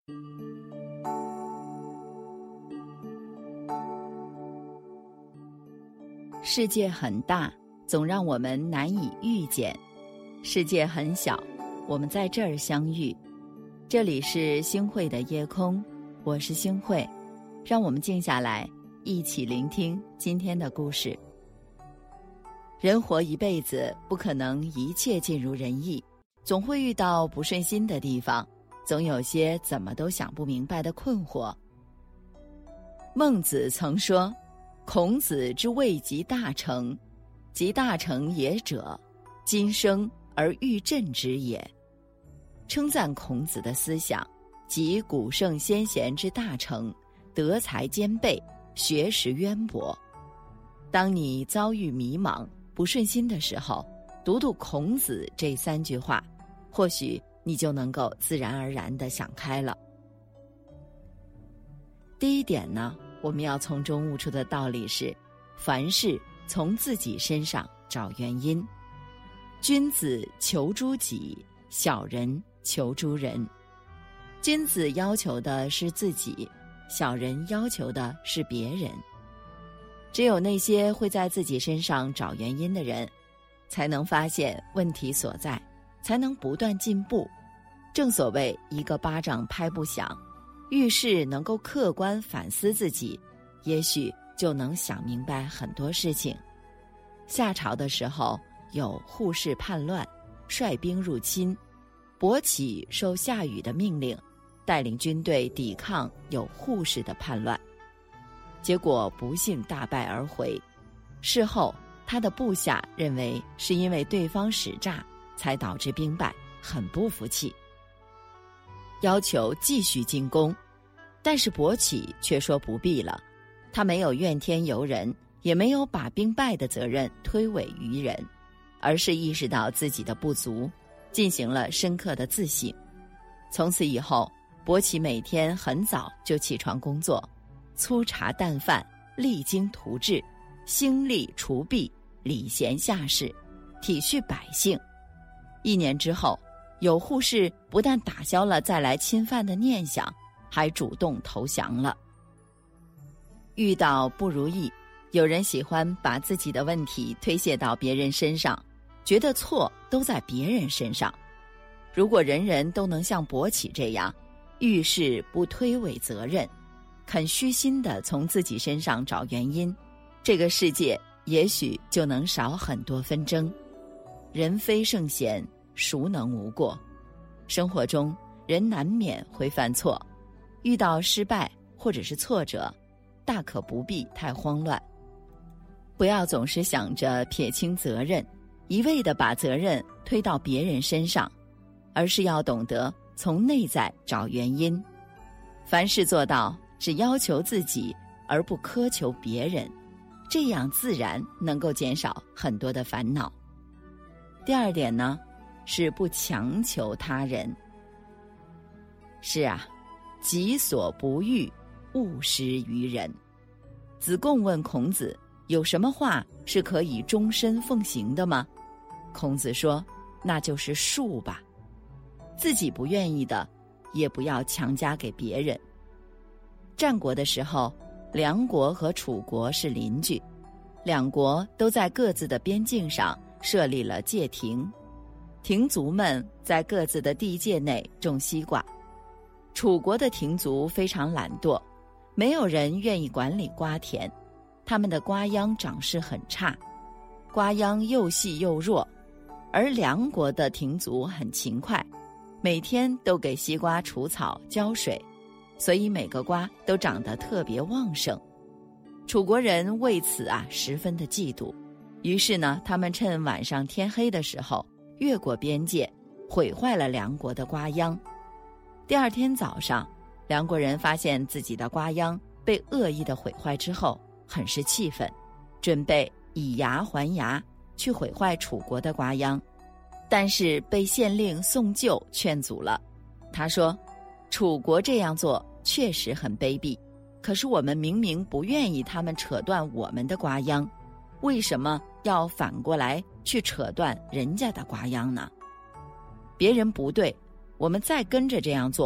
世界很大，总让我们难以遇见；世界很小，我们在这儿相遇。这里是星慧的夜空，我是星慧，让我们静下来，一起聆听今天的故事。人活一辈子，不可能一切尽如人意，总会遇到不顺心的地方，总有些怎么都想不明白的困惑。孟子曾说，孔子之谓极大成，极大成也者，今生而欲振之也。称赞孔子的思想，即古圣先贤之大成，德才兼备，学识渊博。当你遭遇迷茫、不顺心的时候，读读孔子这3句话，或许你就能够自然而然地想开了。第一点呢，我们要从中悟出的道理是，凡事从自己身上找原因。君子求诸己，小人求诸人。君子要求的是自己，小人要求的是别人。只有那些会在自己身上找原因的人，才能发现问题所在，才能不断进步。正所谓一个巴掌拍不响，遇事能够客观反思自己，也许就能想明白很多事情。夏朝的时候，有护士叛乱，率兵入侵，伯起受夏禹的命令，带领军队抵抗有护士的叛乱，结果不幸大败而回。事后他的部下认为是因为对方使诈才导致兵败，很不服气，要求继续进攻。但是伯起却说不必了，他没有怨天尤人，也没有把兵败的责任推诿于人，而是意识到自己的不足，进行了深刻的自省。从此以后，伯起每天很早就起床工作，粗茶淡饭，励精图治，兴利除弊，礼贤下士，体恤百姓。1年之后，有护士不但打消了再来侵犯的念想，还主动投降了。遇到不如意，有人喜欢把自己的问题推卸到别人身上，觉得错都在别人身上。如果人人都能像伯起这样，遇事不推诿责任，肯虚心地从自己身上找原因，这个世界也许就能少很多纷争。人非圣贤，孰能无过？生活中人难免会犯错，遇到失败或者是挫折，大可不必太慌乱。不要总是想着撇清责任，一味地把责任推到别人身上，而是要懂得从内在找原因。凡事做到只要求自己而不苛求别人，这样自然能够减少很多的烦恼。第2点呢，是不强求他人。是啊，己所不欲，勿施于人。子贡问孔子，有什么话是可以终身奉行的吗？孔子说，那就是恕吧。自己不愿意的，也不要强加给别人。战国的时候，梁国和楚国是邻居，两国都在各自的边境上设立了界亭，亭族们在各自的地界内种西瓜。楚国的亭族非常懒惰，没有人愿意管理瓜田，他们的瓜秧长势很差，瓜秧又细又弱。而梁国的亭族很勤快，每天都给西瓜除草浇水，所以每个瓜都长得特别旺盛。楚国人为此十分的嫉妒，于是呢，他们趁晚上天黑的时候越过边界，毁坏了梁国的瓜秧。第2天早上，梁国人发现自己的瓜秧被恶意的毁坏之后，很是气愤，准备以牙还牙，去毁坏楚国的瓜秧。但是被县令宋咎劝阻了。他说，楚国这样做确实很卑鄙，可是我们明明不愿意他们扯断我们的瓜秧，为什么要反过来去扯断人家的瓜秧呢？别人不对，我们再跟着这样做，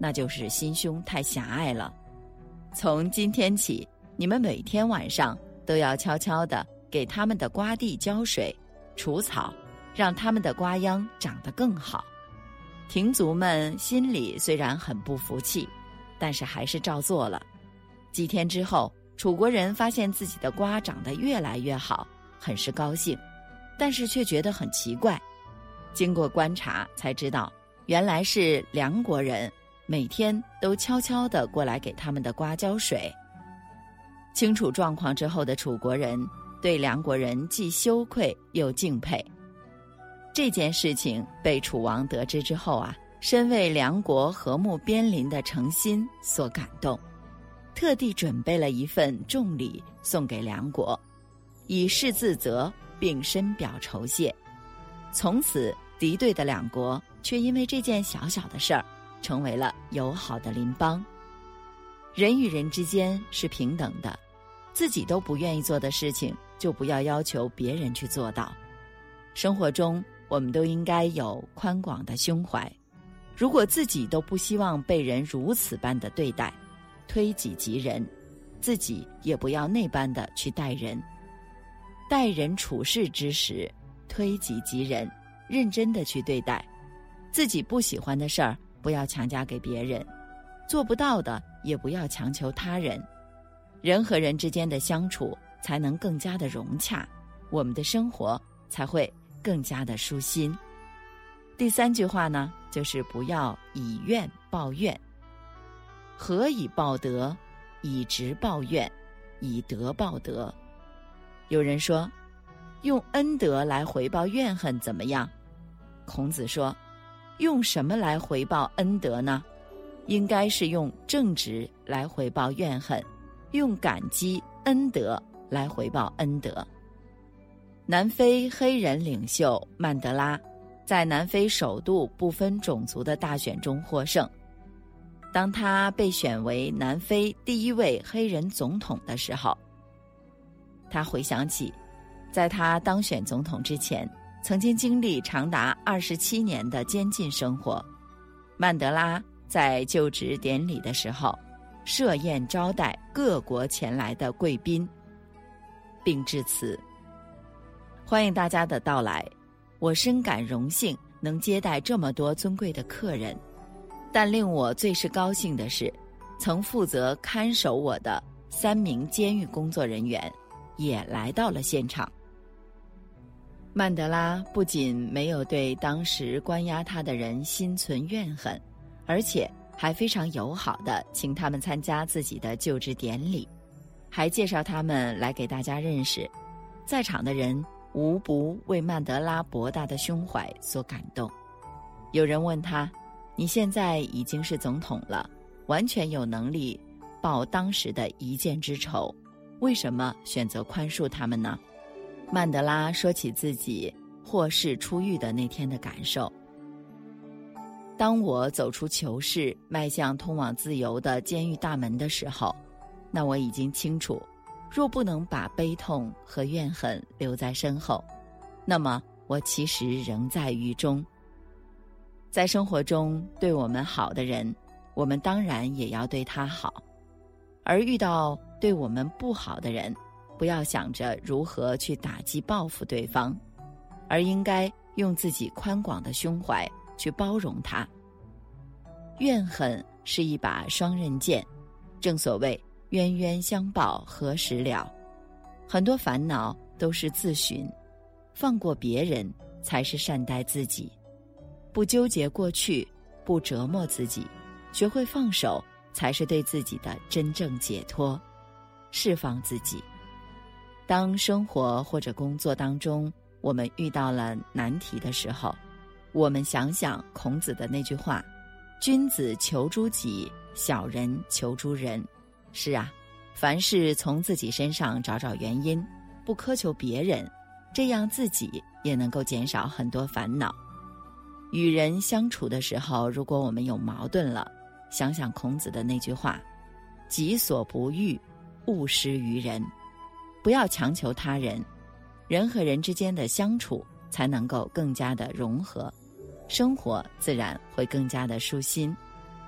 那就是心胸太狭隘了。从今天起，你们每天晚上都要悄悄地给他们的瓜地浇水、除草，让他们的瓜秧长得更好。亭族们心里虽然很不服气，但是还是照做了。几天之后，楚国人发现自己的瓜长得越来越好，很是高兴，但是却觉得很奇怪。经过观察才知道，原来是梁国人每天都悄悄地过来给他们的瓜浇水。清楚状况之后的楚国人对梁国人既羞愧又敬佩。这件事情被楚王得知之后深为梁国和睦边邻的诚心所感动，特地准备了一份重礼送给梁国，以示自责，并深表酬谢。从此敌对的两国却因为这件小小的事儿成为了友好的邻邦。人与人之间是平等的，自己都不愿意做的事情就不要要求别人去做到。生活中我们都应该有宽广的胸怀，如果自己都不希望被人如此般的对待，推己及人，自己也不要那般的去待人。待人处事之时，推己及人，认真的去对待。自己不喜欢的事儿不要强加给别人，做不到的也不要强求他人。人和人之间的相处才能更加的融洽，我们的生活才会更加的舒心。第三句话呢，就是不要以怨报怨。何以报德？以直报怨，以德报德。有人说，用恩德来回报怨恨怎么样？孔子说，用什么来回报恩德呢？应该是用正直来回报怨恨，用感激恩德来回报恩德。南非黑人领袖曼德拉在南非首度不分种族的大选中获胜。当他被选为南非第一位黑人总统的时候，他回想起在他当选总统之前曾经经历长达27年的监禁生活。曼德拉在就职典礼的时候设宴招待各国前来的贵宾，并致辞：欢迎大家的到来，我深感荣幸能接待这么多尊贵的客人，但令我最是高兴的是，曾负责看守我的3名监狱工作人员也来到了现场。曼德拉不仅没有对当时关押他的人心存怨恨，而且还非常友好地请他们参加自己的就职典礼，还介绍他们来给大家认识。在场的人无不为曼德拉博大的胸怀所感动。有人问他，你现在已经是总统了，完全有能力报当时的一箭之仇，为什么选择宽恕他们呢？曼德拉说起自己获释出狱的那天的感受：当我走出囚室，迈向通往自由的监狱大门的时候，那我已经清楚，若不能把悲痛和怨恨留在身后，那么我其实仍在狱中。在生活中对我们好的人，我们当然也要对他好，而遇到对我们不好的人，不要想着如何去打击报复对方，而应该用自己宽广的胸怀去包容他。怨恨是一把双刃剑，正所谓冤冤相报何时了，很多烦恼都是自寻，放过别人才是善待自己。不纠结过去，不折磨自己，学会放手，才是对自己的真正解脱，释放自己。当生活或者工作当中我们遇到了难题的时候，我们想想孔子的那句话：君子求诸己，小人求诸人。是啊，凡事从自己身上找找原因，不苛求别人，这样自己也能够减少很多烦恼。与人相处的时候，如果我们有矛盾了，想想孔子的那句话：己所不欲，勿施于人。不要强求他人，人和人之间的相处才能够更加的融合，生活自然会更加的舒心。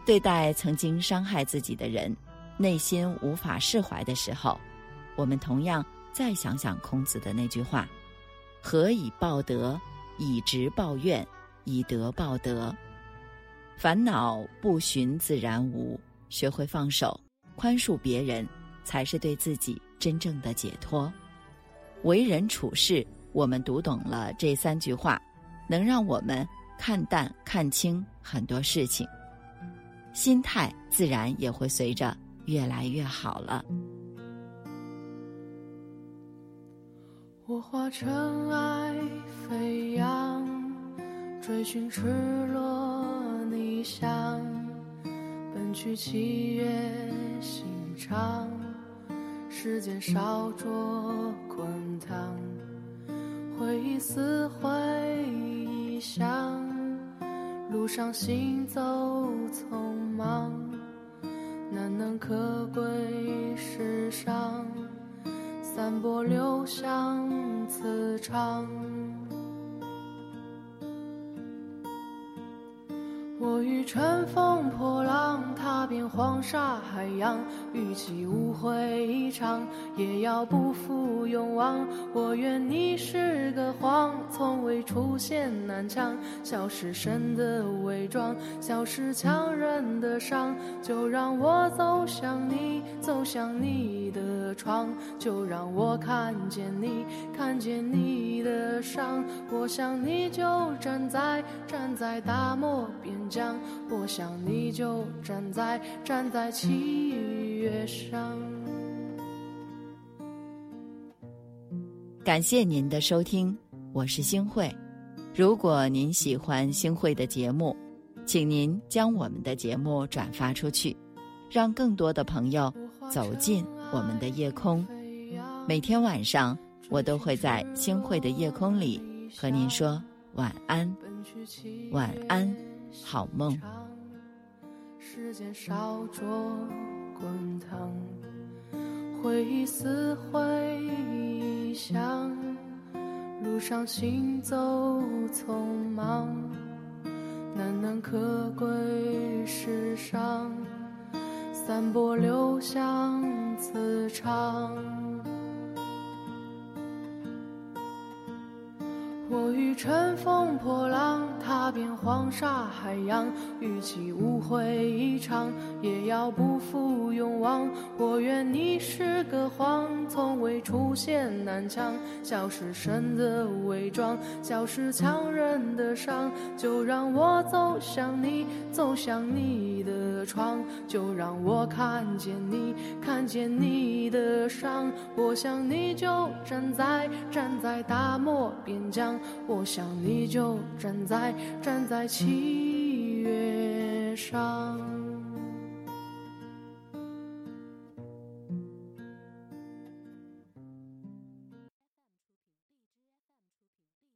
对待曾经伤害自己的人，内心无法释怀的时候，我们同样再想想孔子的那句话：何以报德？以直报怨，以德报德。烦恼不寻自然无，学会放手，宽恕别人，才是对自己真正的解脱。为人处事，我们读懂了这3句话，能让我们看淡看清很多事情，心态自然也会随着越来越好了。 我化尘埃飞扬，追寻赤裸逆翔，奔去七月心肠，世间烧灼滚烫，回忆似回响，路上行走匆忙，难能可贵世上，散播留香磁场。我欲乘风破浪，踏遍黄沙海洋，与其误会一场，也要不负勇往。我愿你是个谎，从未出现南墙，笑是神的伪装，笑是强忍的伤。就让我走向你，走向你的窗，就让我看见你，看见你的伤。我想你就站在大漠边疆，我想你就站在七月上。 感谢您的收听，我是星慧。如果您喜欢星慧的节目，请您将我们的节目转发出去，让更多的朋友走进我们的夜空。每天晚上，我都会在星慧的夜空里和您说晚安，晚安，好梦。 世间烧灼滚烫，回忆似回响，路上行走匆忙，难能可贵世上，散播留香磁场。我欲乘风破浪，踏遍黄沙海洋，与其误会一场，也要不负勇往。我愿你是个谎，从未出现南墙，笑是神的伪装，笑是强忍的伤。就让我走向你，走向你的窗，就让我看见你，看见你的伤。我想你就站在大漠边疆，我想你就站在七月上。